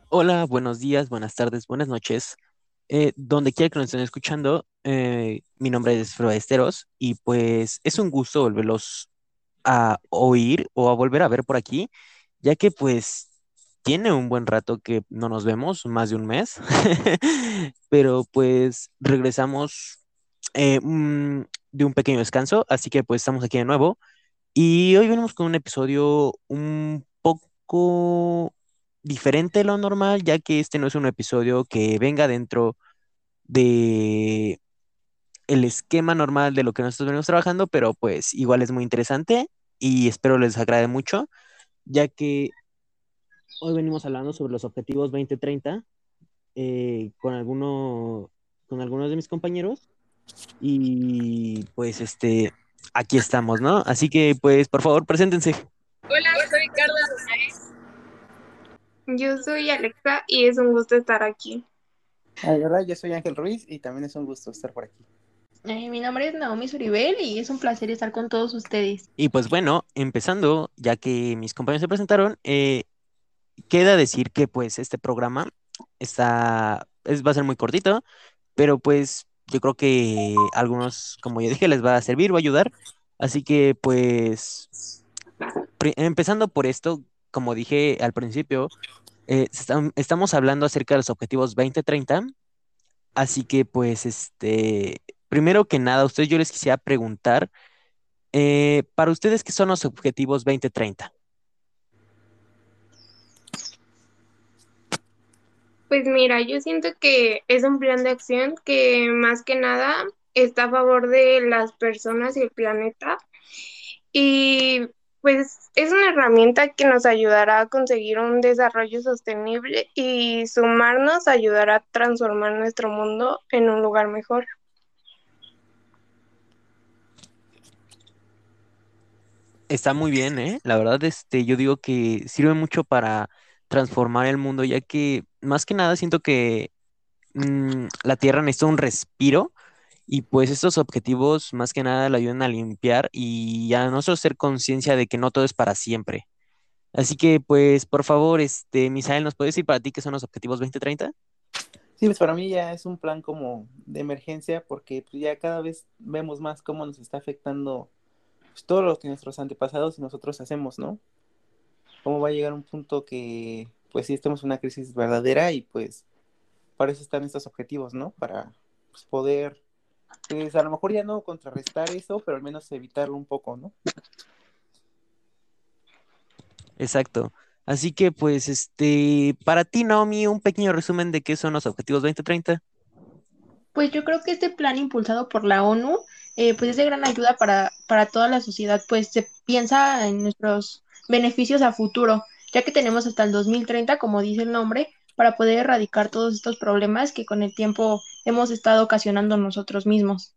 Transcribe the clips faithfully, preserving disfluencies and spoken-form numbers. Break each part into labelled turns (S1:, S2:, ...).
S1: Hola, buenos días, buenas tardes, buenas noches. Eh, donde quiera que nos estén escuchando, eh, mi nombre es Fro Esteros y pues es un gusto volverlos a oír o a volver a ver por aquí, ya que pues tiene un buen rato que no nos vemos, más de un mes, pero pues regresamos eh, mm, de un pequeño descanso, así que pues estamos aquí de nuevo y hoy venimos con un episodio un poco diferente de lo normal, ya que este no es un episodio que venga dentro de el esquema normal de lo que nosotros venimos trabajando, pero pues igual es muy interesante y espero les agrade mucho, ya que hoy venimos hablando sobre los objetivos dos mil treinta eh, con alguno, con algunos de mis compañeros y pues este, aquí estamos, ¿no? Así que pues por favor, preséntense.
S2: Hola, soy Carla. Yo soy Alexa y es un gusto estar aquí.
S3: Ay, ¿verdad? Yo soy Ángel Ruiz y también es un gusto estar por aquí.
S4: Eh, mi nombre es Naomi Suribel y es un placer estar con todos ustedes.
S1: Y pues bueno, empezando, ya que mis compañeros se presentaron, eh, queda decir que pues este programa está, es, va a ser muy cortito, pero pues yo creo que a algunos, como ya dije, les va a servir, va a ayudar. Así que pues pri- empezando por esto, como dije al principio, eh, estam- estamos hablando acerca de los objetivos dos mil treinta, así que pues este, primero que nada, a ustedes yo les quisiera preguntar, eh, para ustedes, ¿qué son los objetivos dos mil treinta?
S2: Pues mira, yo siento que es un plan de acción que más que nada está a favor de las personas y el planeta y pues es una herramienta que nos ayudará a conseguir un desarrollo sostenible y sumarnos ayudará a transformar nuestro mundo en un lugar mejor.
S1: Está muy bien, ¿eh? La verdad, este, yo digo que sirve mucho para transformar el mundo, ya que más que nada siento que mm, la Tierra necesita un respiro y pues estos objetivos más que nada le ayudan a limpiar y a nosotros ser conciencia de que no todo es para siempre. Así que pues, por favor, este, Misael, ¿nos puedes decir para ti qué son los objetivos dos mil treinta?
S3: Sí, pues para mí ya es un plan como de emergencia porque pues ya cada vez vemos más cómo nos está afectando pues, todo lo que nuestros antepasados y nosotros hacemos, ¿no? Cómo va a llegar un punto que pues sí estemos en una crisis verdadera y pues para eso están estos objetivos, ¿no? Para pues, poder, pues a lo mejor ya no contrarrestar eso, pero al menos evitarlo un poco, ¿no?
S1: Exacto. Así que pues, este, para ti, Naomi, un pequeño resumen de qué son los objetivos dos mil treinta.
S4: Pues yo creo que este plan impulsado por la ONU, eh, pues es de gran ayuda para, para toda la sociedad, pues se piensa en nuestros beneficios a futuro, ya que tenemos hasta el dos mil treinta, como dice el nombre, para poder erradicar todos estos problemas que con el tiempo hemos estado ocasionando nosotros mismos.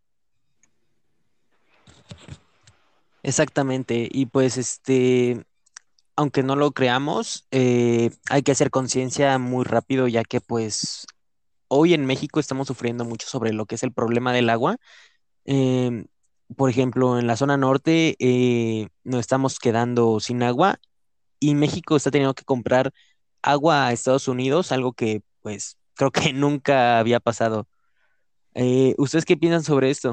S1: Exactamente. Y pues, este, aunque no lo creamos, eh, hay que hacer conciencia muy rápido, ya que pues hoy en México estamos sufriendo mucho sobre lo que es el problema del agua. Em, por ejemplo, en la zona norte eh, nos estamos quedando sin agua y México está teniendo que comprar agua a Estados Unidos, algo que pues creo que nunca había pasado. Eh, ¿ustedes qué piensan sobre esto?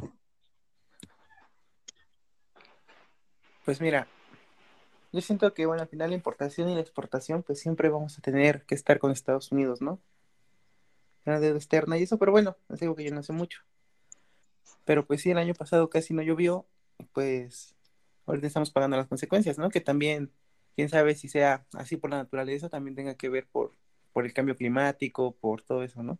S3: Pues mira, yo siento que bueno, al final la importación y la exportación pues siempre vamos a tener que estar con Estados Unidos, ¿no? La deuda externa y eso, pero bueno, es algo que yo no sé mucho. Pero pues sí, el año pasado casi no llovió, pues ahorita estamos pagando las consecuencias, ¿no? Que también, quién sabe si sea así por la naturaleza, también tenga que ver por, por el cambio climático, por todo eso, ¿no?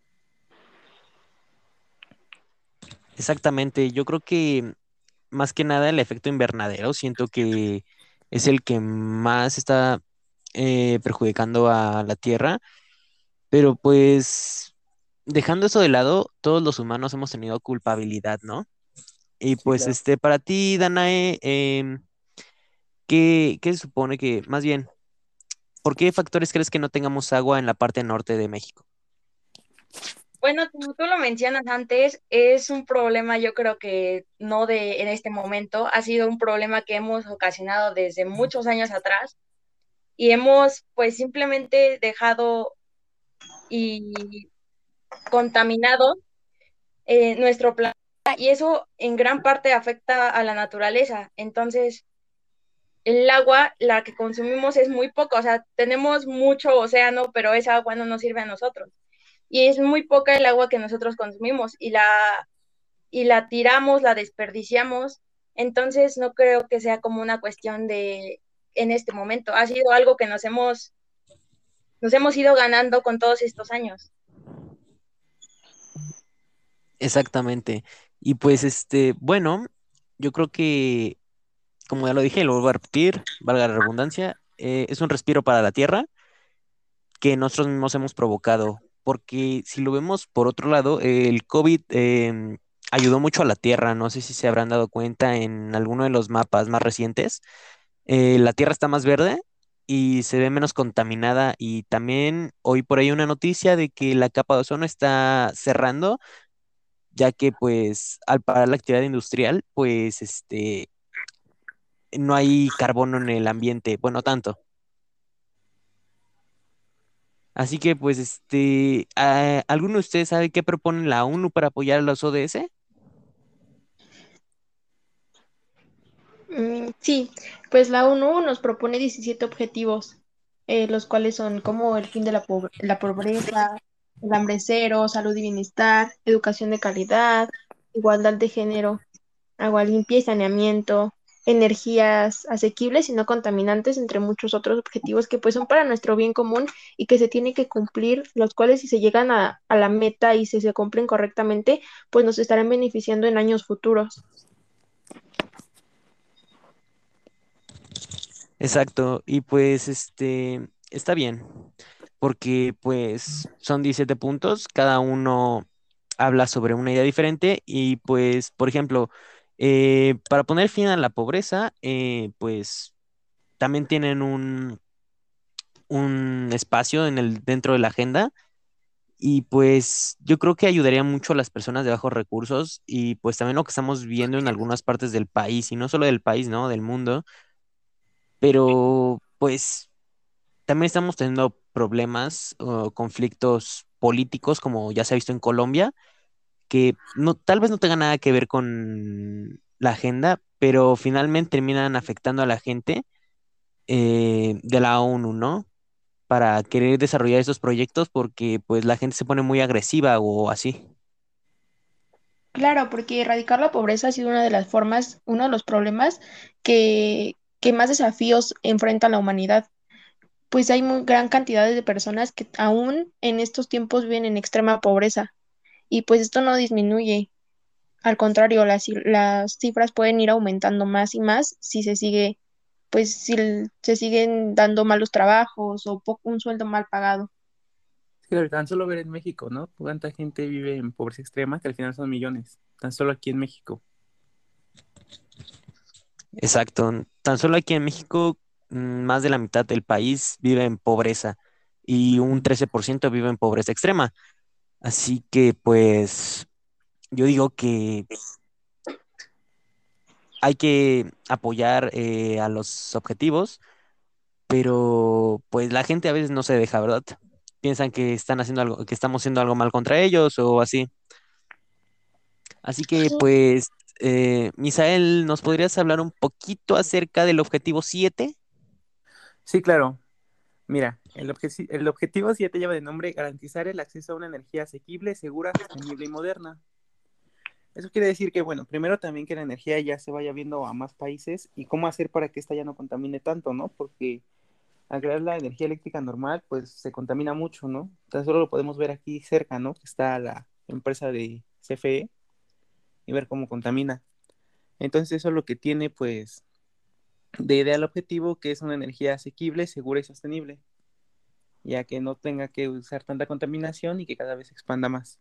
S1: Exactamente, yo creo que más que nada el efecto invernadero, siento que es el que más está eh, perjudicando a la Tierra, pero pues dejando eso de lado, todos los humanos hemos tenido culpabilidad, ¿no? Y
S3: Sí,
S1: pues
S3: claro.
S1: este, para ti, Danae, em, ¿qué, qué se supone que, más bien, ¿por qué factores crees que no tengamos agua en la parte norte de México?
S5: Bueno, como tú lo mencionas antes, es un problema, yo creo que no de en este momento, ha sido un problema que hemos ocasionado desde muchos años atrás y hemos pues simplemente dejado y contaminado eh, nuestro planeta y eso en gran parte afecta a la naturaleza. Entonces, el agua, la que consumimos es muy poca, o sea, tenemos mucho océano, pero esa agua no nos sirve a nosotros. Y es muy poca el agua que nosotros consumimos y la, y la tiramos, la desperdiciamos. Entonces, no creo que sea como una cuestión de en este momento. Ha sido algo que nos hemos, nos hemos ido ganando con todos estos años.
S1: Exactamente. Y pues este, bueno, yo creo que, como ya lo dije, lo vuelvo a repetir, valga la redundancia, eh, es un respiro para la Tierra que nosotros mismos hemos provocado. Porque si lo vemos por otro lado, el COVID em, ayudó mucho a la Tierra. No sé si se habrán dado cuenta en alguno de los mapas más recientes. Eh, la Tierra está más verde y se ve menos contaminada. Y también hoy por ahí una noticia de que la capa de ozono está cerrando, ya que pues al parar la actividad industrial, pues este, no hay carbono en el ambiente. Bueno, tanto. Así que, pues, este, ah, ¿alguno de ustedes sabe qué propone la ONU para apoyar a los O D S?
S4: Mm, sí, pues la ONU nos propone diecisiete objetivos, eh, los cuales son como el fin de la, pobre- la pobreza, el hambre cero, salud y bienestar, educación de calidad, igualdad de género, agua limpia y saneamiento, energías asequibles y no contaminantes, entre muchos otros objetivos que pues son para nuestro bien común y que se tiene que cumplir, los cuales si se llegan a, a la meta y si se cumplen correctamente, pues nos estarán beneficiando en años futuros.
S1: Exacto, y pues, este, está bien, porque pues son diecisiete puntos, cada uno habla sobre una idea diferente y pues, por ejemplo, eh, para poner fin a la pobreza, eh, pues también tienen un, un espacio en el, dentro de la agenda. Y pues yo creo que ayudaría mucho a las personas de bajos recursos y pues también lo que estamos viendo en algunas partes del país, y no solo del país, ¿no? Del mundo, pero pues también estamos teniendo problemas o conflictos políticos, como ya se ha visto en Colombia, que no, tal vez no tengan nada que ver con la agenda, pero finalmente terminan afectando a la gente eh, de la ONU, ¿no? Para querer desarrollar esos proyectos porque pues la gente se pone muy agresiva o así.
S4: Claro, porque erradicar la pobreza ha sido una de las formas, uno de los problemas que, que más desafíos enfrenta la humanidad. Pues hay muy gran cantidad de personas que aún en estos tiempos viven en extrema pobreza y pues esto no disminuye. Al contrario, las, ci- las cifras pueden ir aumentando más y más si se sigue, pues si el- se siguen dando malos trabajos o po- un sueldo mal pagado.
S3: Es que tan solo ver en México, ¿no? ¿Cuánta gente vive en pobreza extrema? Que al final son millones. Tan solo aquí en México.
S1: Exacto. Tan solo aquí en México, mm, más de la mitad del país vive en pobreza y un trece por ciento vive en pobreza extrema. Así que, pues, yo digo que hay que apoyar eh, a los objetivos, pero pues la gente a veces no se deja, ¿verdad? Piensan que están haciendo algo, que estamos haciendo algo mal contra ellos o así. Así que, pues, eh, Misael, ¿nos podrías hablar un poquito acerca del objetivo siete?
S3: Sí, claro. Mira, el, obje- el objetivo siete lleva de nombre garantizar el acceso a una energía asequible, segura, sostenible y moderna. Eso quiere decir que, bueno, primero también que la energía ya se vaya viendo a más países y cómo hacer para que esta ya no contamine tanto, ¿no? Porque al crear la energía eléctrica normal, pues se contamina mucho, ¿no? Tan solo lo podemos ver aquí cerca, ¿no? Que está la empresa de C F E y ver cómo contamina. Entonces eso es lo que tiene, pues, de ideal objetivo, que es una energía asequible, segura y sostenible, ya que no tenga que usar tanta contaminación y que cada vez se expanda más.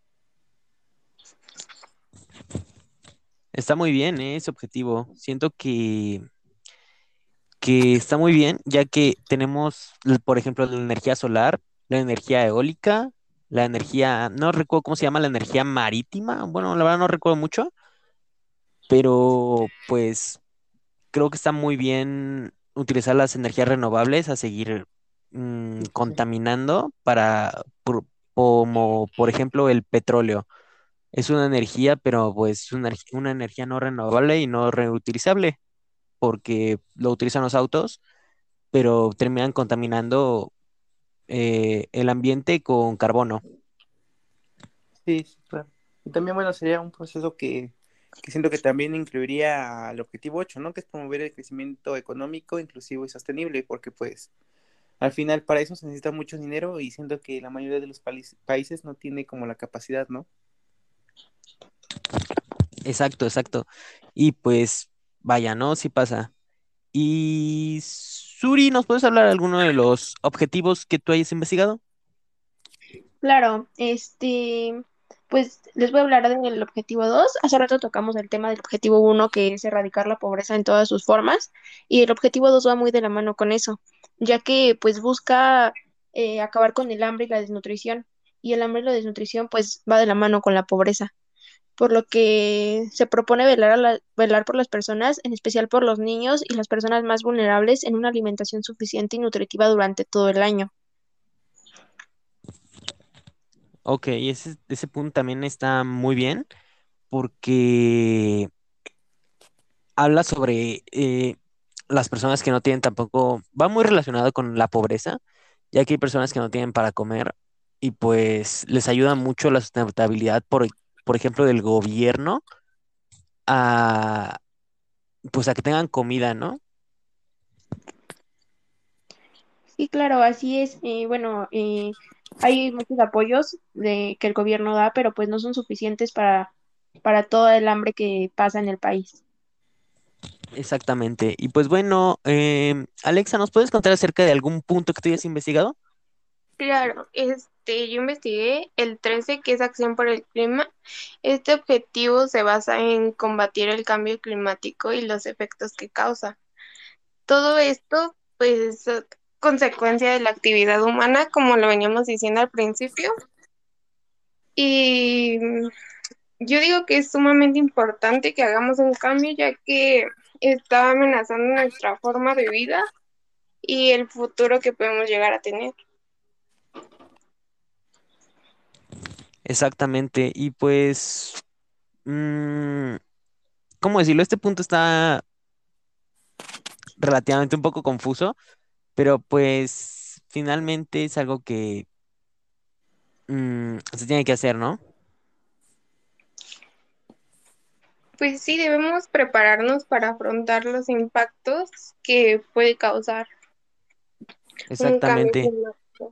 S1: Está muy bien, ¿eh? Ese objetivo. Siento que, que está muy bien, ya que tenemos, l- por ejemplo, la energía solar, la energía eólica, la energía, no recuerdo cómo se llama, la energía marítima. Bueno, la verdad no recuerdo mucho, pero pues creo que está muy bien utilizar las energías renovables a seguir mm,
S3: Sí, sí, sí.
S1: contaminando para, por- como por ejemplo el petróleo. Es una energía, pero pues una, energ- una energía no renovable y no reutilizable, porque lo utilizan los autos, pero terminan contaminando eh, el ambiente con carbono.
S3: Sí, sí, claro. Y también, bueno, sería un proceso que, que siento que también incluiría al objetivo ocho, ¿no? Que es promover el crecimiento económico, inclusivo y sostenible, porque pues al final para eso se necesita mucho dinero y siento que la mayoría de los pali- países no tiene como la capacidad, ¿no?
S1: Exacto, exacto. Y pues vaya, ¿no? Sí pasa. Y Suri, ¿nos puedes hablar de alguno de los objetivos que tú hayas investigado?
S4: Claro, este, pues les voy a hablar del objetivo dos. Hace rato tocamos el tema del objetivo uno, que es erradicar la pobreza en todas sus formas, y el objetivo dos va muy de la mano con eso, ya que pues busca eh, acabar con el hambre y la desnutrición, y el hambre y la desnutrición pues va de la mano con la pobreza, por lo que se propone velar, a la- velar por las personas, en especial por los niños y las personas más vulnerables, en una alimentación suficiente y nutritiva durante todo el año.
S1: Ok, ese, ese punto también está muy bien porque habla sobre eh, las personas que no tienen tampoco, va muy relacionado con la pobreza, ya que hay personas que no tienen para comer y pues les ayuda mucho la sustentabilidad, por, por ejemplo, del gobierno a, pues a que tengan comida, ¿no?
S4: Sí, claro, así es. Eh, bueno, eh, hay muchos apoyos de, que el gobierno da, pero pues no son suficientes para, para todo el hambre que pasa en el país.
S1: Exactamente. Y pues bueno, em, Alexa, ¿nos puedes contar acerca de algún punto que tú hayas investigado?
S2: Claro, este, yo investigué el trece, que es acción por el clima. Este objetivo se basa en combatir el cambio climático y los efectos que causa. Todo esto, pues, es consecuencia de la actividad humana, como lo veníamos diciendo al principio. Y mm, yo digo que es sumamente importante que hagamos un cambio, ya que está amenazando nuestra forma de vida y el futuro que podemos llegar a tener.
S1: Exactamente. Y pues, mm, ¿cómo decirlo? Este punto está relativamente un poco confuso, pero pues finalmente es algo que mm, se tiene que hacer, ¿no?
S2: Pues sí, debemos prepararnos para afrontar los impactos que puede causar un cambio
S1: Exactamente.
S2: climático.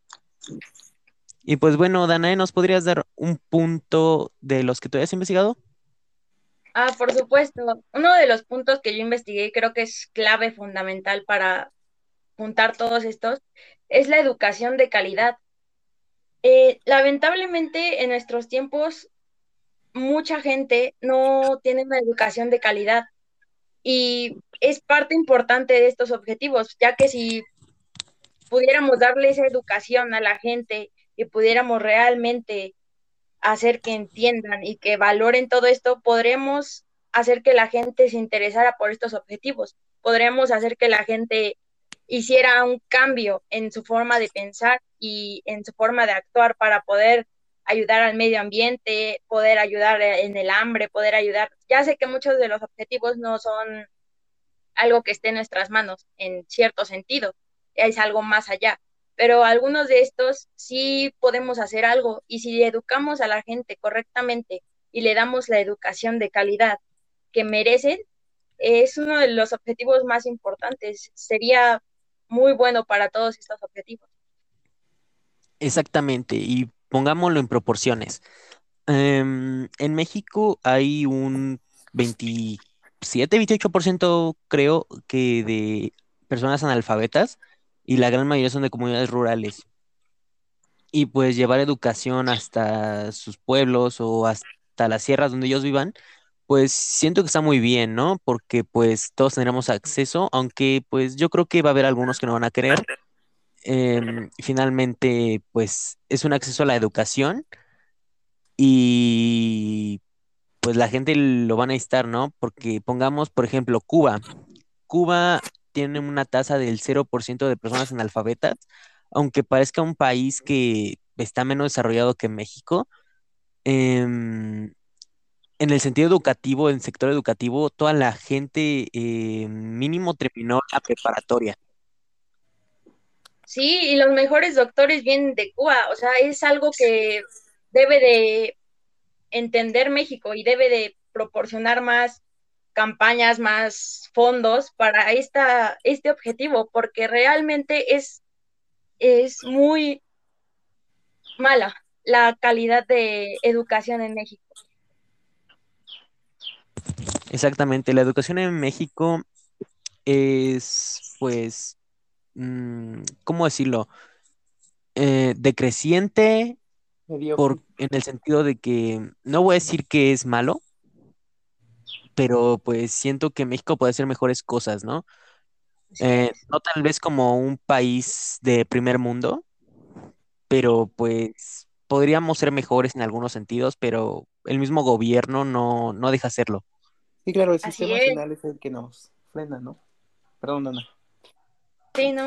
S1: Y pues bueno, Danae, ¿nos podrías dar un punto de los que tú hayas investigado?
S5: Ah, por supuesto. Uno de los puntos que yo investigué y creo que es clave fundamental para juntar todos estos es la educación de calidad. Eh, lamentablemente, en nuestros tiempos, mucha gente no tiene una educación de calidad y es parte importante de estos objetivos, ya que si pudiéramos darle esa educación a la gente y pudiéramos realmente hacer que entiendan y que valoren todo esto, podremos hacer que la gente se interesara por estos objetivos, podremos hacer que la gente hiciera un cambio en su forma de pensar y en su forma de actuar para poder ayudar al medio ambiente, poder ayudar en el hambre, poder ayudar. Ya sé que muchos de los objetivos no son algo que esté en nuestras manos en cierto sentido, es algo más allá, pero algunos de estos sí podemos hacer algo y si educamos a la gente correctamente y le damos la educación de calidad que merecen, es uno de los objetivos más importantes. Sería muy bueno para todos estos objetivos.
S1: Exactamente. Y pongámoslo en proporciones. Em, en México hay un veintisiete, veintiocho por ciento, creo, que de personas analfabetas y la gran mayoría son de comunidades rurales. Y pues llevar educación hasta sus pueblos o hasta las sierras donde ellos vivan, pues siento que está muy bien, ¿no? Porque pues todos tendremos acceso, aunque pues yo creo que va a haber algunos que no van a querer. Em, finalmente, pues es un acceso a la educación y pues la gente lo va a necesitar, ¿no? Porque pongamos, por ejemplo, Cuba. Cuba tiene una tasa del cero por ciento de personas analfabetas, aunque parezca un país que está menos desarrollado que México. Em, en el sentido educativo, en el sector educativo, toda la gente eh, mínimo terminó la preparatoria.
S5: Sí, y los mejores doctores vienen de Cuba, o sea, es algo que debe de entender México y debe de proporcionar más campañas, más fondos para esta, este objetivo, porque realmente es, es muy mala la calidad de educación en México.
S1: Exactamente, la educación en México es, pues, mm, ¿cómo decirlo? Eh, decreciente
S3: Mediocre.
S1: por, en el sentido de que no voy a decir que es malo, pero pues siento que México puede hacer mejores cosas, ¿no?
S5: Así
S1: Eh,
S5: es.
S1: no tal vez como un país de primer mundo, pero pues podríamos ser mejores en algunos sentidos, pero el mismo gobierno no, no deja hacerlo.
S3: Sí, claro, el
S5: Así
S3: sistema
S5: es.
S3: final es el que nos frena, ¿no? Perdón, Dana.
S5: Sí, no,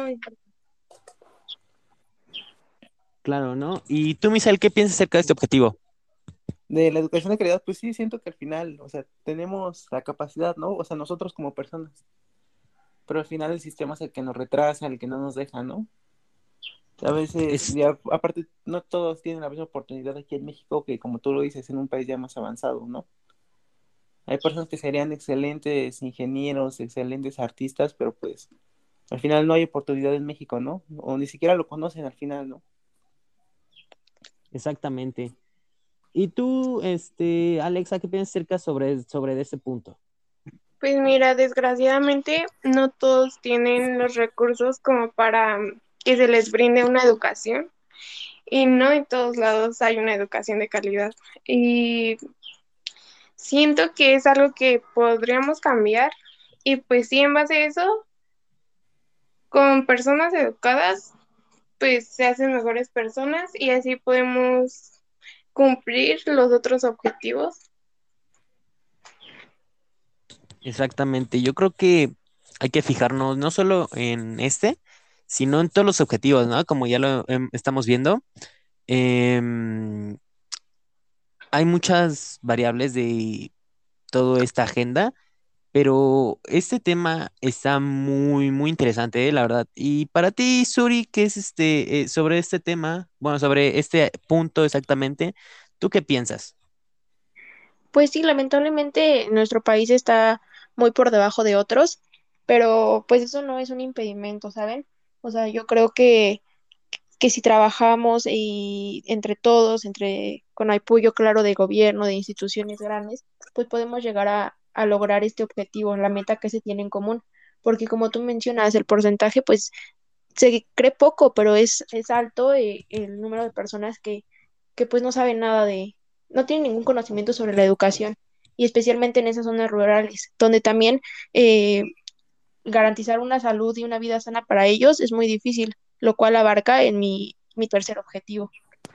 S1: Claro, ¿no? ¿Y tú, Misael, qué piensas acerca de este objetivo?
S3: De la educación de calidad, pues sí, siento que al final, o sea, tenemos la capacidad, ¿no? O sea, nosotros como personas, pero al final el sistema es el que nos retrasa, el que no nos deja, ¿no? A veces,
S1: Es
S3: ya, aparte, no todos tienen la misma oportunidad aquí en México que, como tú lo dices, en un país ya más avanzado, ¿no? Hay personas que serían excelentes ingenieros, excelentes artistas, pero pues al final no hay oportunidad en México, ¿no? O ni siquiera lo conocen al final, ¿no?
S1: exactamente. ¿Y tú, este, Alexa, qué piensas acerca sobre, sobre ese punto?
S2: Pues mira, desgraciadamente no todos tienen los recursos como para mm, que se les brinde una educación y no en todos lados hay una educación de calidad. Y siento que es algo que podríamos cambiar y pues sí, en base a eso, con personas educadas, pues se hacen mejores personas y así podemos cumplir los otros objetivos.
S1: Exactamente. Yo creo que hay que fijarnos no solo en este, sino en todos los objetivos, ¿no? Como ya lo em, estamos viendo, em, hay muchas variables de toda esta agenda, pero este tema está muy, muy interesante, ¿eh? La verdad. Y para ti, Suri, ¿qué es este, eh, sobre este tema? Bueno, sobre este punto exactamente, ¿tú qué piensas?
S4: Pues sí, lamentablemente nuestro país está muy por debajo de otros, pero pues eso no es un impedimento, ¿saben? O sea, yo creo que, que si trabajamos y entre todos, entre con apoyo claro de gobierno, de instituciones grandes, pues podemos llegar a, a lograr este objetivo, la meta que se tiene en común. Porque como tú mencionas, el porcentaje, pues se cree poco, pero es, es alto eh, el número de personas que, que pues no saben nada de, no tienen ningún conocimiento sobre la educación, y especialmente en esas zonas rurales, donde también eh, garantizar una salud y una vida sana para ellos es muy difícil, lo cual abarca en mi, mi tercer objetivo.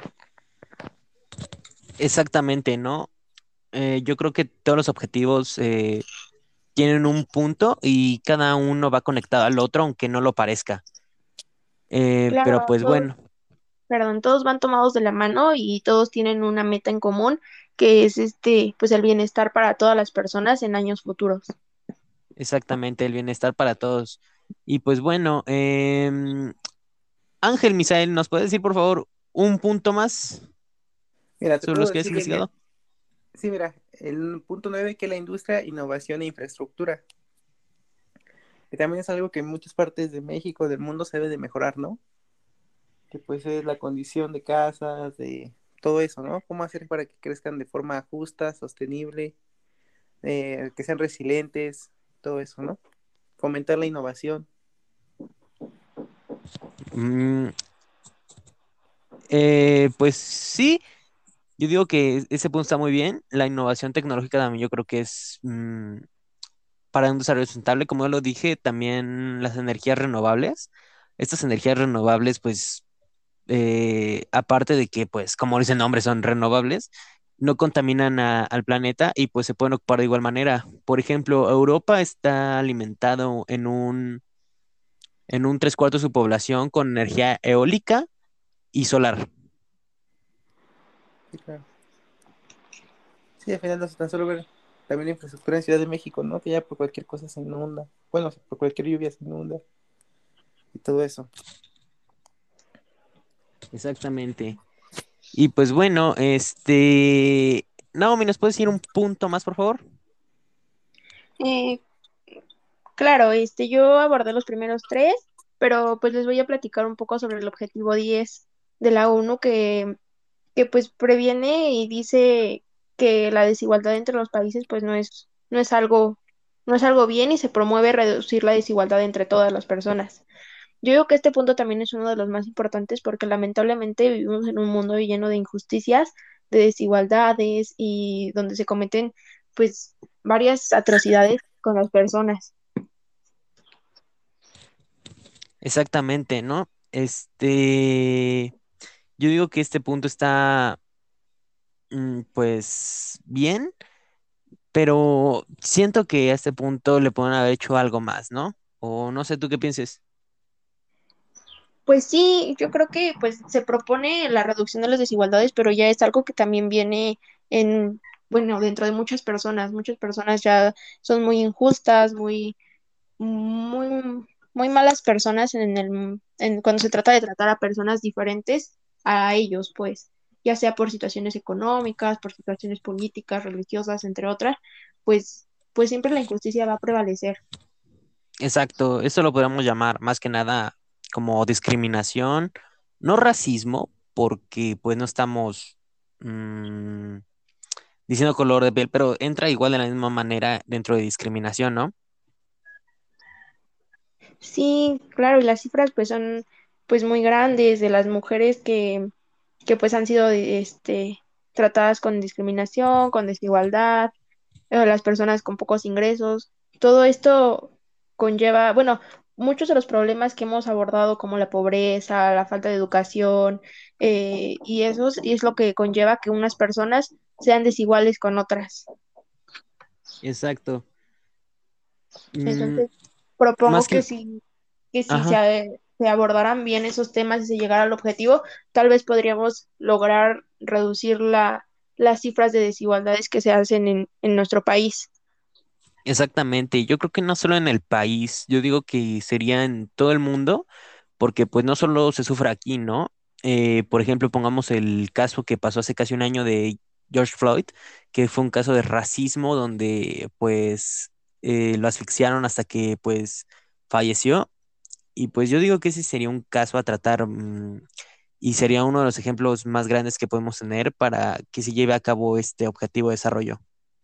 S1: Exactamente, ¿no? Eh, yo creo que todos los objetivos eh, tienen un punto y cada uno va conectado al otro, aunque no lo parezca. Eh,
S4: Claro,
S1: pero pues
S4: todos,
S1: bueno,
S4: perdón, todos van tomados de la mano y todos tienen una meta en común, que es este, pues el bienestar para todas las personas en años futuros.
S1: exactamente, el bienestar para todos. Y pues bueno, em, Ángel Misael, ¿nos puedes decir por favor un punto más
S3: Mira, te
S1: sobre
S3: puedo
S1: los que has
S3: decir que, el-
S1: investigado?
S3: sí, mira, el punto nueve que es la industria, innovación e infraestructura, que también es algo que en muchas partes de México, del mundo, se debe de mejorar, ¿no? Que pues es la condición de casas, de todo eso, ¿no? ¿Cómo hacer para que crezcan de forma justa, sostenible, eh, que sean resilientes, todo eso, ¿no? Fomentar la innovación.
S1: Mm, eh, pues sí, yo digo que ese punto está muy bien. La innovación tecnológica también yo creo que es mm, para un desarrollo sustentable, como yo lo dije, también las energías renovables. Estas energías renovables, pues eh, aparte de que, pues, como dice el nombre, son renovables, no contaminan a- al planeta y pues se pueden ocupar de igual manera. Por ejemplo, Europa está alimentado en un, en un tres cuartos de su población con energía eólica y solar.
S3: Sí, claro. Sí, al final no es tan solo ver también la infraestructura en Ciudad de México, ¿no? Que ya por cualquier cosa se inunda. Bueno, o sea, por cualquier lluvia se inunda y todo eso.
S1: Exactamente. Y pues bueno, este... Naomi, ¿nos puedes decir un punto más, por favor?
S4: Eh, claro, este, yo abordé los primeros tres, pero pues les voy a platicar un poco sobre el objetivo diez de la ONU que, que pues previene y dice que la desigualdad entre los países pues no es, no es algo, no es algo bien y se promueve reducir la desigualdad entre todas las personas. Yo digo que este punto también es uno de los más importantes porque lamentablemente vivimos en un mundo lleno de injusticias, de desigualdades y donde se cometen pues varias atrocidades con las personas.
S1: Exactamente, ¿no? Este... Yo digo que este punto está, mm, pues, bien, pero siento que a este punto le pueden haber hecho algo más, ¿no? O no sé tú qué pienses.
S4: Pues sí, yo creo que pues se propone la reducción de las desigualdades, pero ya es algo que también viene en, bueno, dentro de muchas personas. Muchas personas ya son muy injustas, muy, muy, muy malas personas en el, en, cuando se trata de tratar a personas diferentes a ellos, pues, ya sea por situaciones económicas, por situaciones políticas, religiosas, entre otras, pues, pues siempre la injusticia va a prevalecer.
S1: Exacto, esto lo podemos llamar más que nada como discriminación, no racismo, porque pues no estamos mm, diciendo color de piel, pero entra igual de la misma manera dentro de discriminación, ¿no?
S4: Sí, claro, y las cifras pues son pues muy grandes de las mujeres que, que pues han sido este tratadas con discriminación, con desigualdad, eh, las personas con pocos ingresos. Todo esto conlleva, bueno, muchos de los problemas que hemos abordado como la pobreza, la falta de educación, eh, y eso es, y es lo que conlleva que unas personas sean desiguales con otras.
S1: Exacto. Mm,
S4: Entonces,
S1: más
S4: propongo que
S1: que,
S4: si, que si
S1: ajá.
S4: se, se abordaran bien esos temas y se llegara al objetivo, tal vez podríamos lograr reducir la, las cifras de desigualdades que se hacen en, en nuestro país.
S1: Exactamente, yo creo que no solo en el país, yo digo que sería en todo el mundo, porque pues no solo se sufre aquí, ¿no? Eh, por ejemplo, pongamos el caso que pasó hace casi un año de George Floyd, que fue un caso de racismo donde pues eh, lo asfixiaron hasta que pues falleció, y pues yo digo que ese sería un caso a tratar, mm, y sería uno de los ejemplos más grandes que podemos tener para que se lleve a cabo este objetivo de desarrollo.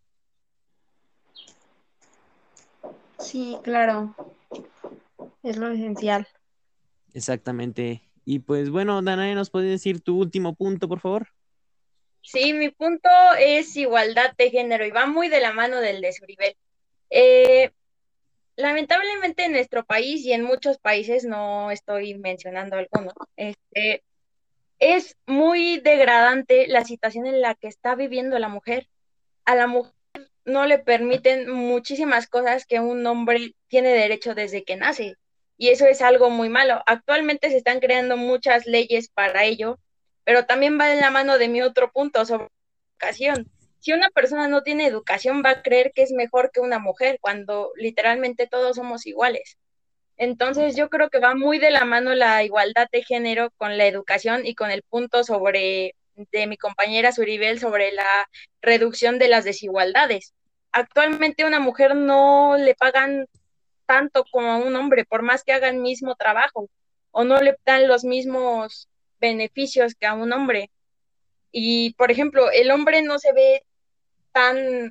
S4: Sí, claro, es lo esencial.
S1: Exactamente. Y pues bueno, Danae, ¿nos puedes decir tu último punto, por favor?
S5: Sí, mi punto es igualdad de género y va muy de la mano del de Suribel. Eh, Lamentablemente en nuestro país y en muchos países, no estoy mencionando alguno, este, es muy degradante la situación en la que está viviendo la mujer. A la mujer no le permiten muchísimas cosas que un hombre tiene derecho desde que nace. Y eso es algo muy malo. Actualmente se están creando muchas leyes para ello, pero también va de la mano de mi otro punto sobre educación. Si una persona no tiene educación, va a creer que es mejor que una mujer, cuando literalmente todos somos iguales. Entonces yo creo que va muy de la mano la igualdad de género con la educación y con el punto sobre de mi compañera Suribel sobre la reducción de las desigualdades. Actualmente a una mujer no le pagan tanto como a un hombre, por más que haga el mismo trabajo, o no le dan los mismos beneficios que a un hombre. Y, por ejemplo, el hombre no se ve tan,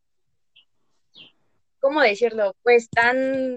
S5: ¿cómo decirlo? Pues tan,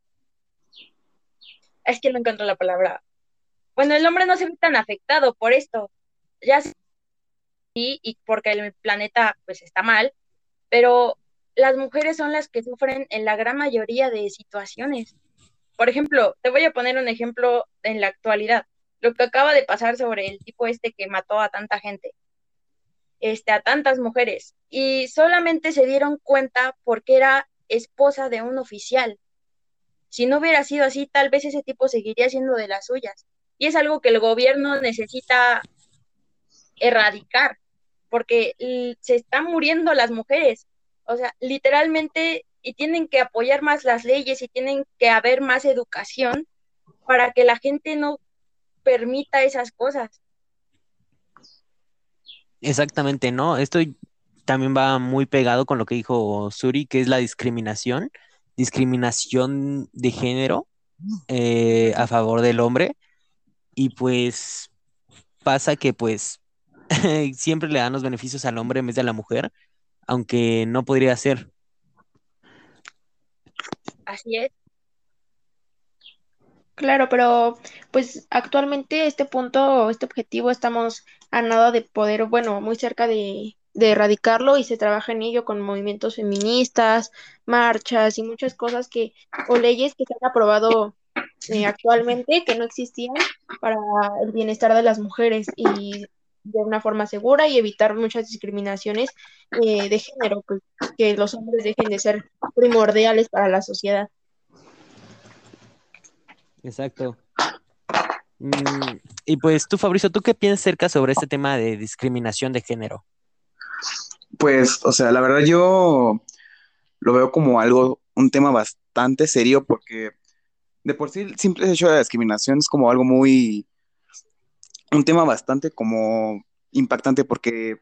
S5: es que no encuentro la palabra. Bueno, el hombre no se ve tan afectado por esto, ya sí, y porque el planeta pues está mal, pero las mujeres son las que sufren en la gran mayoría de situaciones. Por ejemplo, te voy a poner un ejemplo en la actualidad, lo que acaba de pasar sobre el tipo este que mató a tanta gente, este, a tantas mujeres, y solamente se dieron cuenta porque era esposa de un oficial. Si no hubiera sido así, tal vez ese tipo seguiría siendo de las suyas. Y es algo que el gobierno necesita erradicar. porque l- se están muriendo las mujeres. O sea, literalmente, y tienen que apoyar más las leyes y tienen que haber más educación para que la gente no permita esas cosas.
S1: Exactamente, ¿no? Esto también va muy pegado con lo que dijo Suri, que es la discriminación, discriminación de género eh, a favor del hombre. Y pues pasa que pues siempre le dan los beneficios al hombre en vez de a la mujer, aunque no podría ser.
S5: Así es.
S4: Claro, pero pues actualmente este punto, este objetivo, estamos a nada de poder, bueno, muy cerca de, de erradicarlo y se trabaja en ello con movimientos feministas, marchas y muchas cosas que, o leyes que se han aprobado eh, actualmente que no existían para el bienestar de las mujeres y de una forma segura y evitar muchas discriminaciones eh, de género, pues, que los hombres dejen de ser primordiales para la sociedad.
S1: Exacto. Mm, y pues tú, Fabrizio, ¿tú qué piensas acerca sobre este tema de discriminación de género?
S3: Pues, o sea, la verdad yo lo veo como algo, un tema bastante serio porque de por sí el simple hecho de la discriminación es como algo muy, un tema bastante como impactante porque,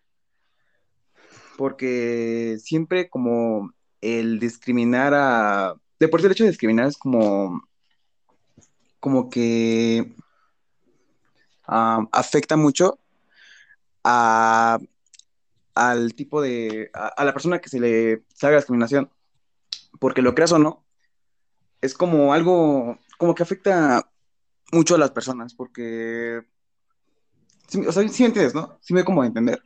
S3: porque siempre como el discriminar a, de por sí el hecho de discriminar es como, como que ah, afecta mucho a, al tipo de, a, a la persona que se le se haga discriminación, porque lo creas o no, es como algo, como que afecta mucho a las personas, porque, sí, o sea, sí me entiendes, ¿no? Sí me doy como a entender,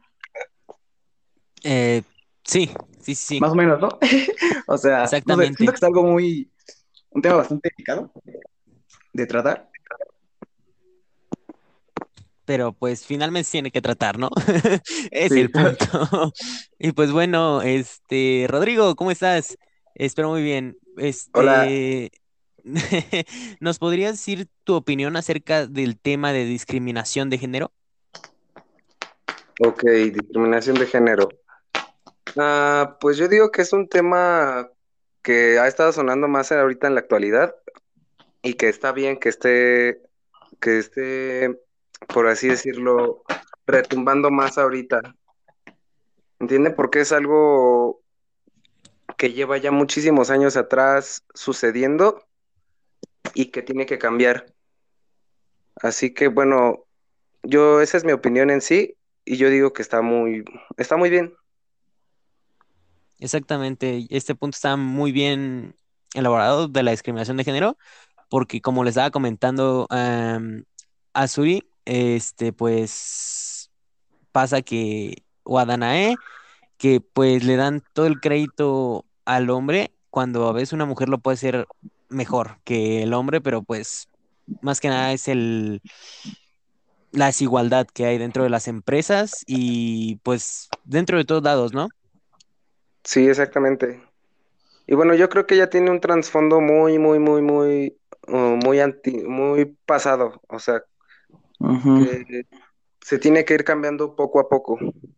S1: Eh, sí, sí, sí, sí,
S3: más o menos, ¿no? O sea, no sé, siento
S1: exactamente.
S3: que es algo muy, un tema bastante delicado de tratar.
S1: Pero pues finalmente se tiene que tratar, ¿no? Es
S3: Sí.
S1: el punto. Y pues bueno, este, Rodrigo, ¿cómo estás? Espero muy bien.
S6: Hola,
S1: Este, ¿nos podrías decir tu opinión acerca del tema de discriminación de género?
S6: ok, discriminación de género. Ah, pues yo digo que es un tema que ha estado sonando más ahorita en la actualidad y que está bien que esté, que esté, por así decirlo, retumbando más ahorita. ¿Entiende? Porque es algo que lleva ya muchísimos años atrás sucediendo y que tiene que cambiar. Así que bueno, yo, esa es mi opinión en sí y yo digo que está muy, está muy bien.
S1: Exactamente, este punto está muy bien elaborado de la discriminación de género, porque como les estaba comentando am, a Suri, este, pues pasa que Guadanae, que pues le dan todo el crédito al hombre, cuando a veces una mujer lo puede hacer mejor que el hombre, pero pues más que nada es el, la desigualdad que hay dentro de las empresas y pues dentro de todos lados, ¿no?
S6: Sí, exactamente. Y bueno, yo creo que ya tiene un trasfondo muy, muy, muy, muy, uh, muy anti, muy pasado. O sea,
S3: Ujú.
S6: que se tiene que ir cambiando poco a poco.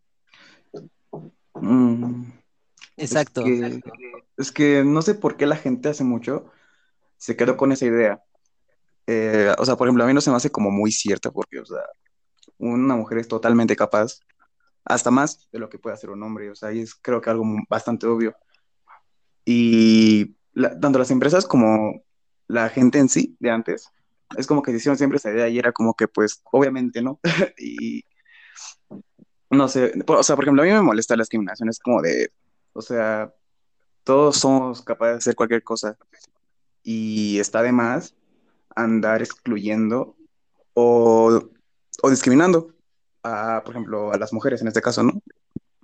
S3: Mm, es
S1: Exacto.
S3: que, es que no sé por qué la gente hace mucho se quedó con esa idea. Eh, o sea, por ejemplo, a mí no se me hace como muy cierta porque, o sea, una mujer es totalmente capaz, hasta más de lo que puede hacer un hombre. O sea, y es creo que algo mu- bastante obvio. Y la- tanto las empresas como la gente en sí de antes, es como que se hicieron siempre esa idea y era como que, pues, obviamente no. Y no sé, por- o sea, por ejemplo, a mí me molesta la discriminación, es como de, o sea, todos somos capaces de hacer cualquier cosa y está de más andar excluyendo o, o discriminando a, por ejemplo, a las mujeres en este caso, ¿no?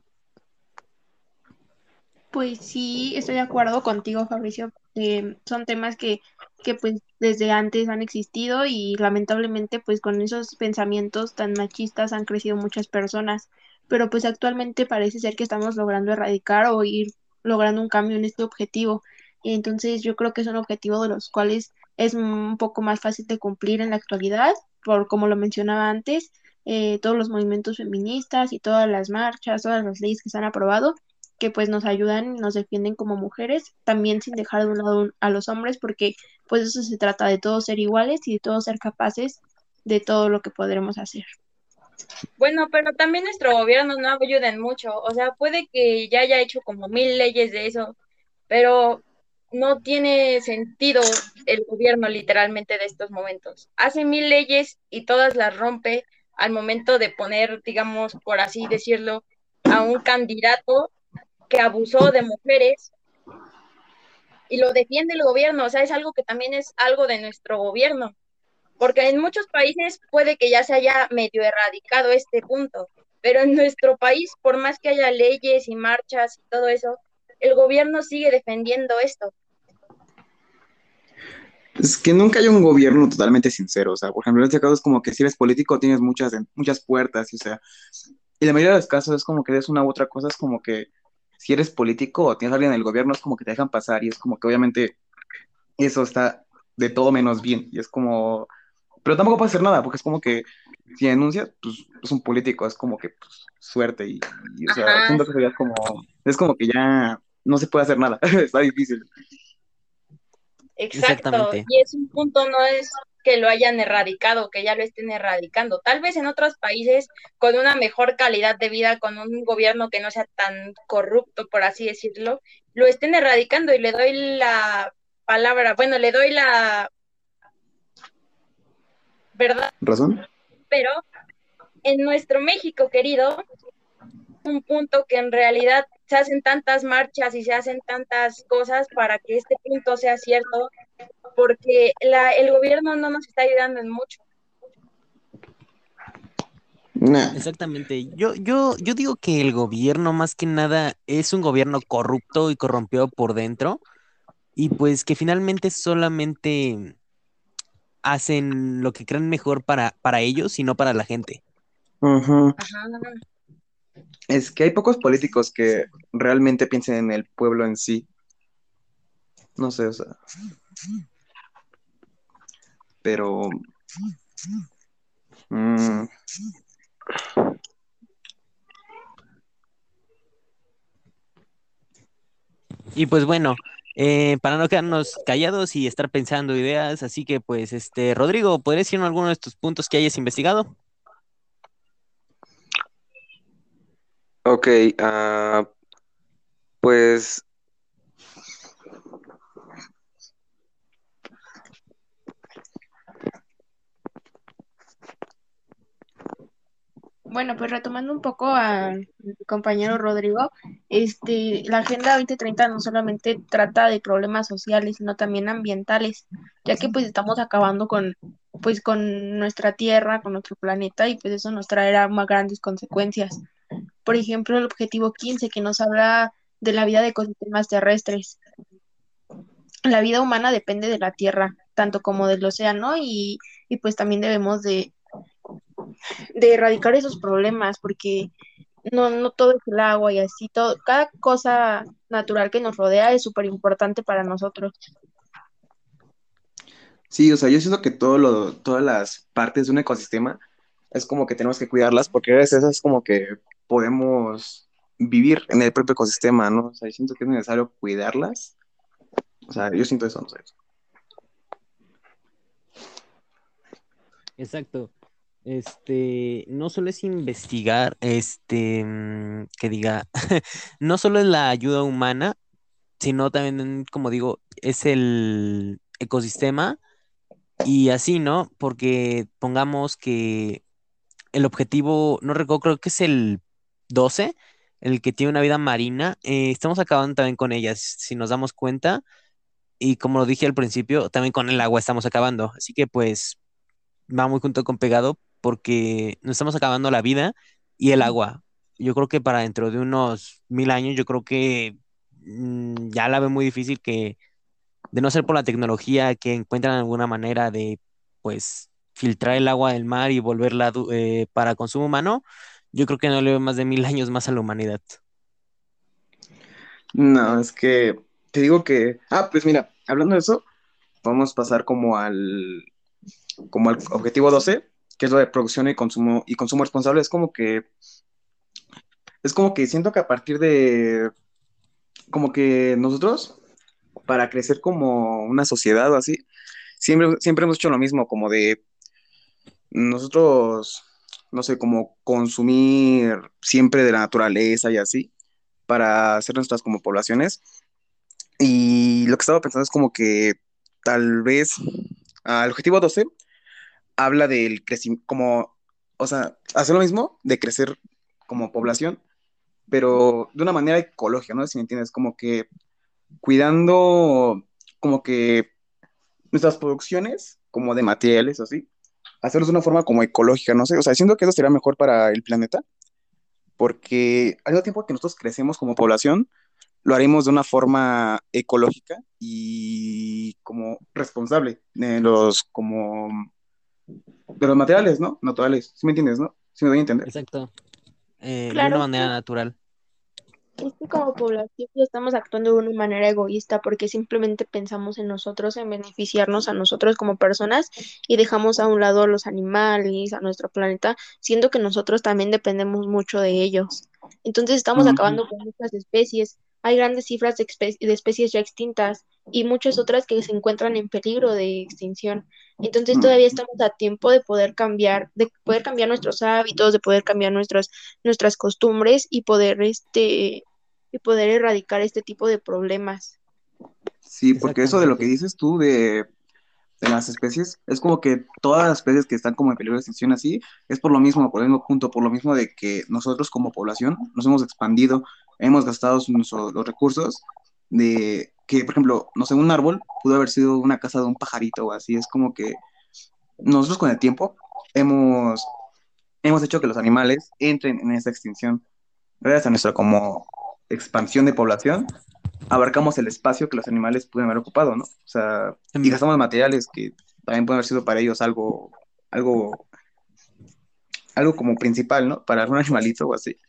S4: Pues sí, estoy de acuerdo contigo, Fabricio. Eh, son temas que, que pues desde antes han existido y lamentablemente pues con esos pensamientos tan machistas han crecido muchas personas, pero pues actualmente parece ser que estamos logrando erradicar o ir logrando un cambio en este objetivo. Entonces yo creo que es un objetivo de los cuales es un poco más fácil de cumplir en la actualidad, por como lo mencionaba antes, eh, todos los movimientos feministas y todas las marchas, todas las leyes que se han aprobado, que pues nos ayudan y nos defienden como mujeres, también sin dejar de un lado a los hombres, porque pues eso se trata de todos ser iguales y de todos ser capaces de todo lo que podremos hacer.
S5: Bueno, pero también nuestro gobierno no ayuda en mucho. O sea, puede que ya haya hecho como mil leyes de eso, pero no tiene sentido el gobierno literalmente de estos momentos. Hace mil leyes y todas las rompe al momento de poner, digamos, por así decirlo, a un candidato que abusó de mujeres y lo defiende el gobierno. O sea, es algo que también es algo de nuestro gobierno, porque en muchos países puede que ya se haya medio erradicado este punto, pero en nuestro país, por más que haya leyes y marchas y todo eso, el gobierno sigue defendiendo esto.
S7: Es que nunca hay un gobierno totalmente sincero, o sea, por ejemplo, en este caso es como que si eres político tienes muchas, muchas puertas, y, o sea, y la mayoría de los casos es como que eres una u otra cosa, es como que si eres político o tienes a alguien en el gobierno es como que te dejan pasar y es como que obviamente eso está de todo menos bien y es como, pero tampoco puede hacer nada porque es como que si denuncias, pues es un político, es como que pues, suerte y, y, o sea,
S5: Ajá,
S7: siento que sería como, es como que ya no se puede hacer nada, está difícil.
S5: exacto.
S1: Exactamente.
S5: Y es un punto, no es que lo hayan erradicado, que ya lo estén erradicando. Tal vez en otros países con una mejor calidad de vida, con un gobierno que no sea tan corrupto, por así decirlo, lo estén erradicando y le doy la palabra, bueno, le doy la verdad,
S7: ¿Razón?
S5: pero en nuestro México querido, un punto que en realidad se hacen tantas marchas y se hacen tantas cosas para que este punto sea cierto, porque la, el gobierno no nos está ayudando en mucho.
S7: Nah.
S1: Exactamente. Yo, yo, yo digo que el gobierno más que nada es un gobierno corrupto y corrompido por dentro y pues que finalmente solamente hacen lo que creen mejor para, para ellos y no para la gente.
S7: Ujú.
S5: Ajá.
S7: Es que hay pocos políticos que realmente piensen en el pueblo en sí. No sé, o sea, pero mm,
S1: Y pues bueno, eh, para no quedarnos callados y estar pensando ideas, así que pues este, Rodrigo, ¿podrías decirme alguno de estos puntos que hayas investigado?
S6: Ok, ah, pues
S4: Bueno, pues retomando un poco a mi compañero Rodrigo, este, la Agenda dos mil treinta no solamente trata de problemas sociales, sino también ambientales, ya que pues estamos acabando con, pues con nuestra Tierra, con nuestro planeta, y pues eso nos traerá más grandes consecuencias. Por ejemplo, el objetivo quince que nos habla de la vida de ecosistemas terrestres. La vida humana depende de la Tierra, tanto como del océano, y, y pues también debemos de, de erradicar esos problemas, porque no, no todo es el agua y así, todo, cada cosa natural que nos rodea es súper importante para nosotros.
S7: sí, o sea, yo siento que todo lo, todas las partes de un ecosistema es como que tenemos que cuidarlas porque a veces es como que podemos vivir en el propio ecosistema, ¿no? O sea, yo siento que es necesario cuidarlas. O sea, yo siento eso, no sé.
S1: Exacto. Este, no solo es investigar, este, mm, que diga, no solo es la ayuda humana, sino también, como digo, es el ecosistema y así, ¿no? Porque pongamos que el objetivo, no recuerdo, creo que es el doce, el que tiene una vida marina, eh, estamos acabando también con ellas, si nos damos cuenta, y como lo dije al principio, también con el agua estamos acabando, así que pues va muy junto con pegado porque nos estamos acabando la vida y el agua. Yo creo que para dentro de unos mil años, yo creo que mm, ya la veo muy difícil que, de no ser por la tecnología, que encuentran alguna manera de, pues, filtrar el agua del mar y volverla du- eh, para consumo humano, yo creo que no le veo más de mil años más a la humanidad.
S7: No, es que te digo que, ah, pues mira, hablando de eso, vamos a pasar como al, como al objetivo doce que es lo de producción y consumo, y consumo responsable, es como que, es como que siento que a partir de, como que nosotros, para crecer como una sociedad o así, siempre, siempre hemos hecho lo mismo, como de nosotros, no sé, como consumir siempre de la naturaleza y así, para hacer nuestras como poblaciones. Y lo que estaba pensando es como que tal vez ah, el objetivo doce habla del crecimiento, como, o sea, hacer lo mismo, de crecer como población, pero de una manera ecológica, ¿no? Si me entiendes, como que cuidando, como que nuestras producciones, como de materiales, así, hacerlos de una forma como ecológica, no sé, o sea, siento que eso sería mejor para el planeta, porque al mismo tiempo que nosotros crecemos como población, lo haremos de una forma ecológica y como responsable de los, como, de los materiales, ¿no? Naturales, ¿sí me entiendes, no? ¿Sí me doy a entender?
S1: Exacto. Eh, de una
S4: Claro,
S1: manera natural.
S4: es que como población ya estamos actuando de una manera egoísta porque simplemente pensamos en nosotros, en beneficiarnos a nosotros como personas y dejamos a un lado a los animales, a nuestro planeta, siendo que nosotros también dependemos mucho de ellos. Entonces estamos
S7: Ujú.
S4: acabando con muchas especies. Hay grandes cifras de, espe- de especies ya extintas y muchas otras que se encuentran en peligro de extinción. Entonces todavía estamos a tiempo de poder cambiar, de poder cambiar nuestros hábitos, de poder cambiar nuestros, nuestras costumbres y poder este y poder erradicar este tipo de problemas.
S7: Sí, porque eso de lo que
S1: Exactamente.
S7: dices tú de, de las especies, es como que todas las especies que están como en peligro de extinción así, es por lo mismo, por el mismo punto, por lo mismo de que nosotros como población nos hemos expandido, hemos gastado nuestros- los recursos de que, por ejemplo, no sé, un árbol pudo haber sido una casa de un pajarito o así, es como que nosotros con el tiempo hemos, hemos hecho que los animales entren en esa extinción. Gracias a nuestra como expansión de población, abarcamos el espacio que los animales pueden haber ocupado, ¿no? O sea, y
S1: Em,
S7: gastamos materiales que también pueden haber sido para ellos algo, algo, algo como principal, ¿no? Para algún animalito o así.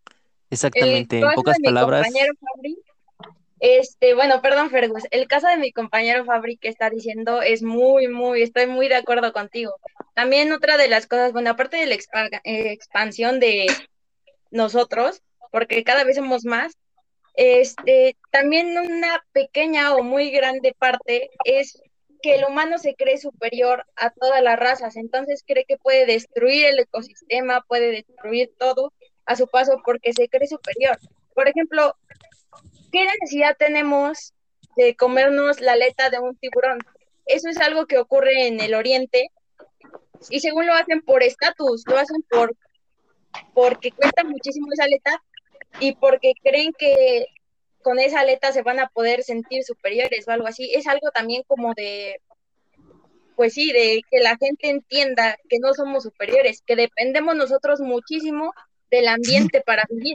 S5: El
S1: Exactamente. En
S5: caso de
S1: pocas
S5: mi
S1: palabras,
S5: compañero Fabri, este, bueno, perdón, Fergus, el caso de mi compañero Fabri que está diciendo es muy, muy, estoy muy de acuerdo contigo. También otra de las cosas, bueno, aparte de la expa- eh, expansión de nosotros, porque cada vez somos más, este, también una pequeña o muy grande parte es que el humano se cree superior a todas las razas, entonces cree que puede destruir el ecosistema, puede destruir todo a su paso porque se cree superior. Por ejemplo, ¿qué necesidad tenemos de comernos la aleta de un tiburón? Eso es algo que ocurre en el oriente y según lo hacen por estatus, lo hacen por porque cuesta muchísimo esa aleta y porque creen que con esa aleta se van a poder sentir superiores o algo así. Es algo también como de, pues sí, de que la gente entienda que no somos superiores, que dependemos nosotros muchísimo del ambiente para vivir.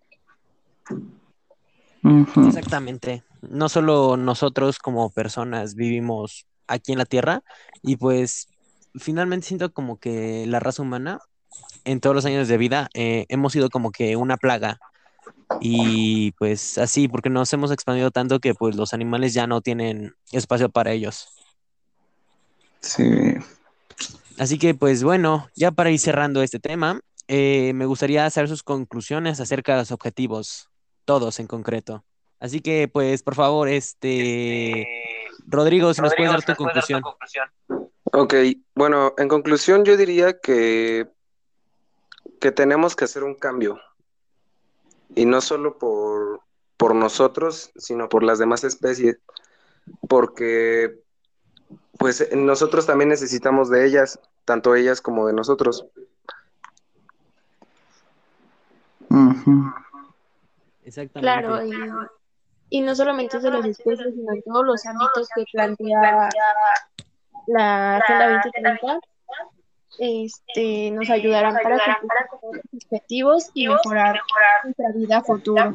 S7: Ujú.
S1: exactamente. No solo nosotros como personas vivimos aquí en la Tierra y pues finalmente siento como que la raza humana en todos los años de vida eh, hemos sido como que una plaga y pues así porque nos hemos expandido tanto que pues los animales ya no tienen espacio para ellos.
S7: Sí.
S1: Así que pues bueno, ya para ir cerrando este tema, eh, me gustaría hacer sus conclusiones acerca de los objetivos, todos en concreto. Así que pues por favor, este, Rodrigo, si nos puedes dar tu conclusión.
S6: Ok, bueno, en conclusión yo diría que, que tenemos que hacer un cambio y no solo por, por nosotros, sino por las demás especies, porque pues nosotros también necesitamos de ellas, tanto ellas como de nosotros.
S7: Ujú.
S4: Claro,
S1: Exactamente.
S4: y, y no solamente es de las especies, sino en todos los ámbitos que plantea la Agenda dos mil treinta, este, nos ayudarán para cumplir con todos los objetivos y mejorar nuestra vida a futuro.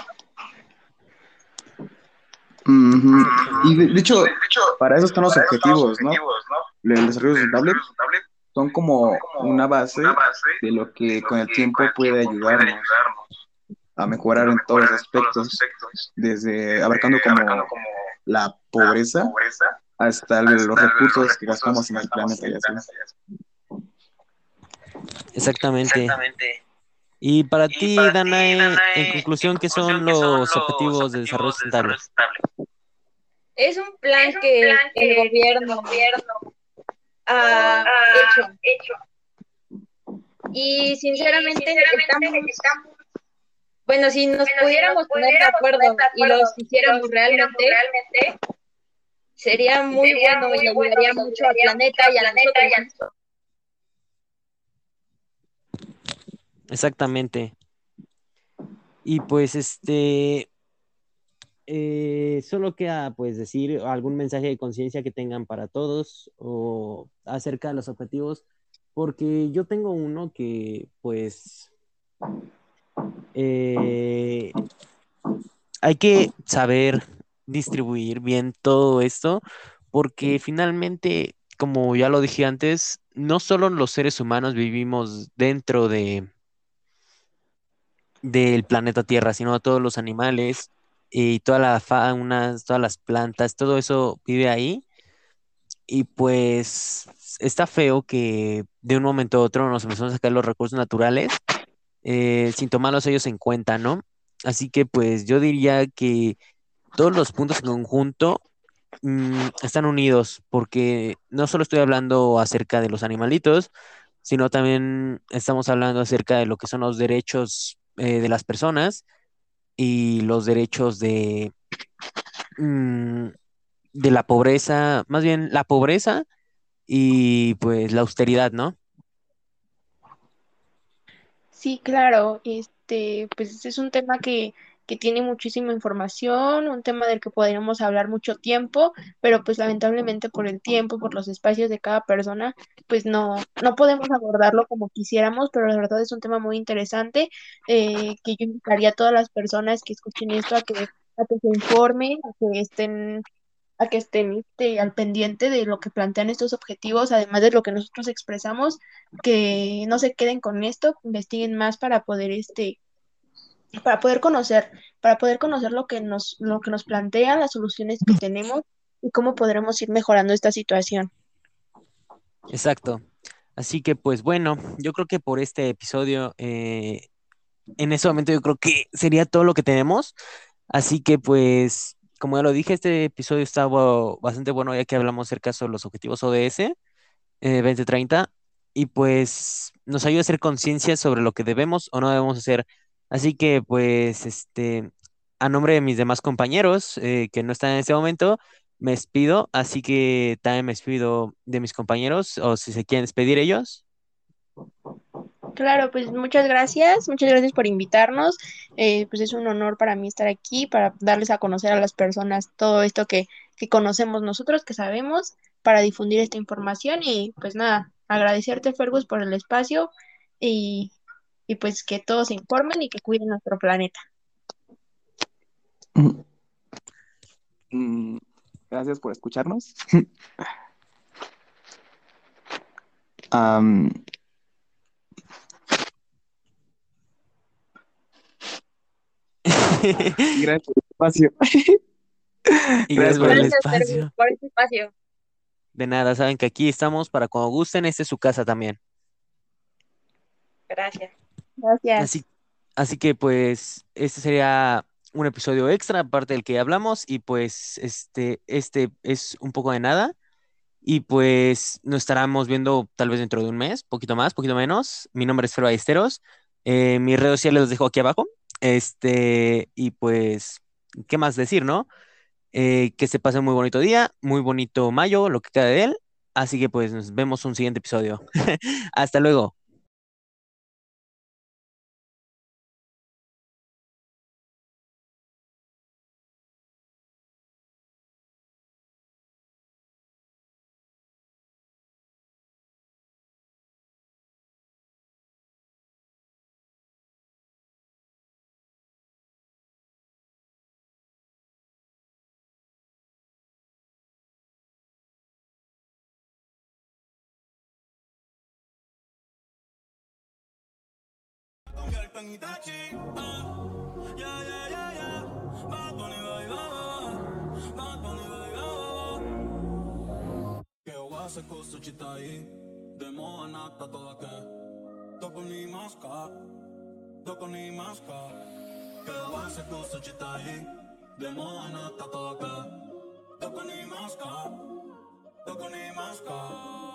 S7: Ujú. Y de,
S1: Exactamente.
S7: de hecho, para eso están los objetivos, ¿no? El desarrollo sustentable son como una base de lo que con el tiempo puede ayudarnos a mejorar en todos los aspectos, desde abarcando como la pobreza hasta el- los recursos que gastamos en el planeta y así.
S1: Exactamente.
S8: Exactamente.
S1: Y para
S8: Y
S1: ti,
S8: para ti,
S1: Danae, en
S8: Danae, en
S1: conclusión, ¿qué son
S8: conclusión, ¿qué son
S1: los
S8: los
S1: objetivos de desarrollo
S8: objetivos de
S1: sustentable?
S8: desarrollo sustentable?
S5: Es un
S8: Es
S5: plan
S8: un
S5: que
S8: plan
S5: el
S8: que el
S5: gobierno
S8: gobierno
S5: ha hecho
S8: ha hecho
S5: y
S8: y
S5: sinceramente
S8: sinceramente
S5: estamos,
S8: estamos,
S5: bueno, si nos
S8: bueno, si nos
S5: pudiéramos poner de
S8: pudiéramos poner
S5: acuerdo
S8: de
S5: y
S8: acuerdo
S5: los
S8: y
S5: hiciéramos
S8: los hiciéramos
S5: realmente,
S8: realmente,
S5: sería muy
S8: sería
S5: bueno y
S8: muy bueno
S5: ayudaría
S8: y
S5: mucho al
S8: ayudaría mucho
S5: planeta
S8: al
S5: y a
S8: planeta
S5: nosotros.
S8: y a nosotros.
S1: Exactamente. Y pues este, eh, solo queda pues decir algún mensaje de conciencia que tengan para todos o acerca de los objetivos, porque yo tengo uno que pues eh, hay que saber distribuir bien todo esto, porque finalmente, como ya lo dije antes, no solo los seres humanos vivimos dentro de del planeta Tierra, sino todos los animales y toda la fauna, todas las plantas, todo eso vive ahí. Y pues está feo que de un momento a otro nos empezamos a sacar los recursos naturales eh, sin tomarlos ellos en cuenta, ¿no? Así que pues yo diría que todos los puntos en conjunto mm, están unidos, porque no solo estoy hablando acerca de los animalitos, sino también estamos hablando acerca de lo que son los derechos eh, de las personas y los derechos de, mm, de la pobreza, más bien la pobreza y pues la austeridad, ¿no?
S4: Sí, claro, este, pues es un tema que, que tiene muchísima información, un tema del que podríamos hablar mucho tiempo, pero pues lamentablemente por el tiempo, por los espacios de cada persona, pues no, no podemos abordarlo como quisiéramos, pero la verdad es un tema muy interesante, eh, que yo invitaría a todas las personas que escuchen esto a que, a que se informen, a que estén a que estén este, al pendiente de lo que plantean estos objetivos, además de lo que nosotros expresamos, que no se queden con esto, investiguen más para poder este, para poder conocer, para poder conocer lo que nos, lo que nos plantean, las soluciones que tenemos y cómo podremos ir mejorando esta situación.
S1: Exacto. Así que pues bueno, yo creo que por este episodio, eh, en ese momento yo creo que sería todo lo que tenemos. Así que pues, como ya lo dije, este episodio estaba bastante bueno ya que hablamos acerca sobre los objetivos O D S eh, dos mil treinta y pues nos ayuda a hacer conciencia sobre lo que debemos o no debemos hacer. Así que pues, este, a nombre de mis demás compañeros eh, que no están en este momento, me despido. Así que también me despido de mis compañeros o si se quieren despedir ellos.
S4: Claro, pues muchas gracias, muchas gracias por invitarnos. Eh, pues es un honor para mí estar aquí para darles a conocer a las personas todo esto que, que conocemos nosotros, que sabemos, para difundir esta información y pues nada, agradecerte Fergus por el espacio y, y pues que todos se informen y que cuiden nuestro planeta.
S7: Mm, Gracias por escucharnos. Am, y gracias por el espacio.
S1: Y
S7: Gracias
S1: gracias
S7: por
S1: por el
S7: el
S5: Gracias, Fergus,
S1: espacio.
S5: por este espacio.
S1: De nada, saben que aquí estamos para cuando gusten, este es su casa también.
S5: Gracias.
S1: Así,
S4: Gracias.
S1: así que pues este sería un episodio extra, aparte del que hablamos, y pues este, este es un poco de nada. Y pues nos estaremos viendo tal vez dentro de un mes, poquito más, poquito menos. Mi nombre es Fer Ballesteros. Eh, mis redes sociales los dejo aquí abajo. Este, y pues, ¿qué más decir, no? Eh, que se pase un muy bonito día, muy bonito mayo, lo que queda de él. Así que pues nos vemos un siguiente episodio. Hasta luego.
S9: Que eu gosto com o sutitai, demora nata toda que
S8: Tocco ni masca, tocco ni masca. Che vuoi se questo ci stai? Demona sta todo acá. Tocco ni masca, tocco ni masca.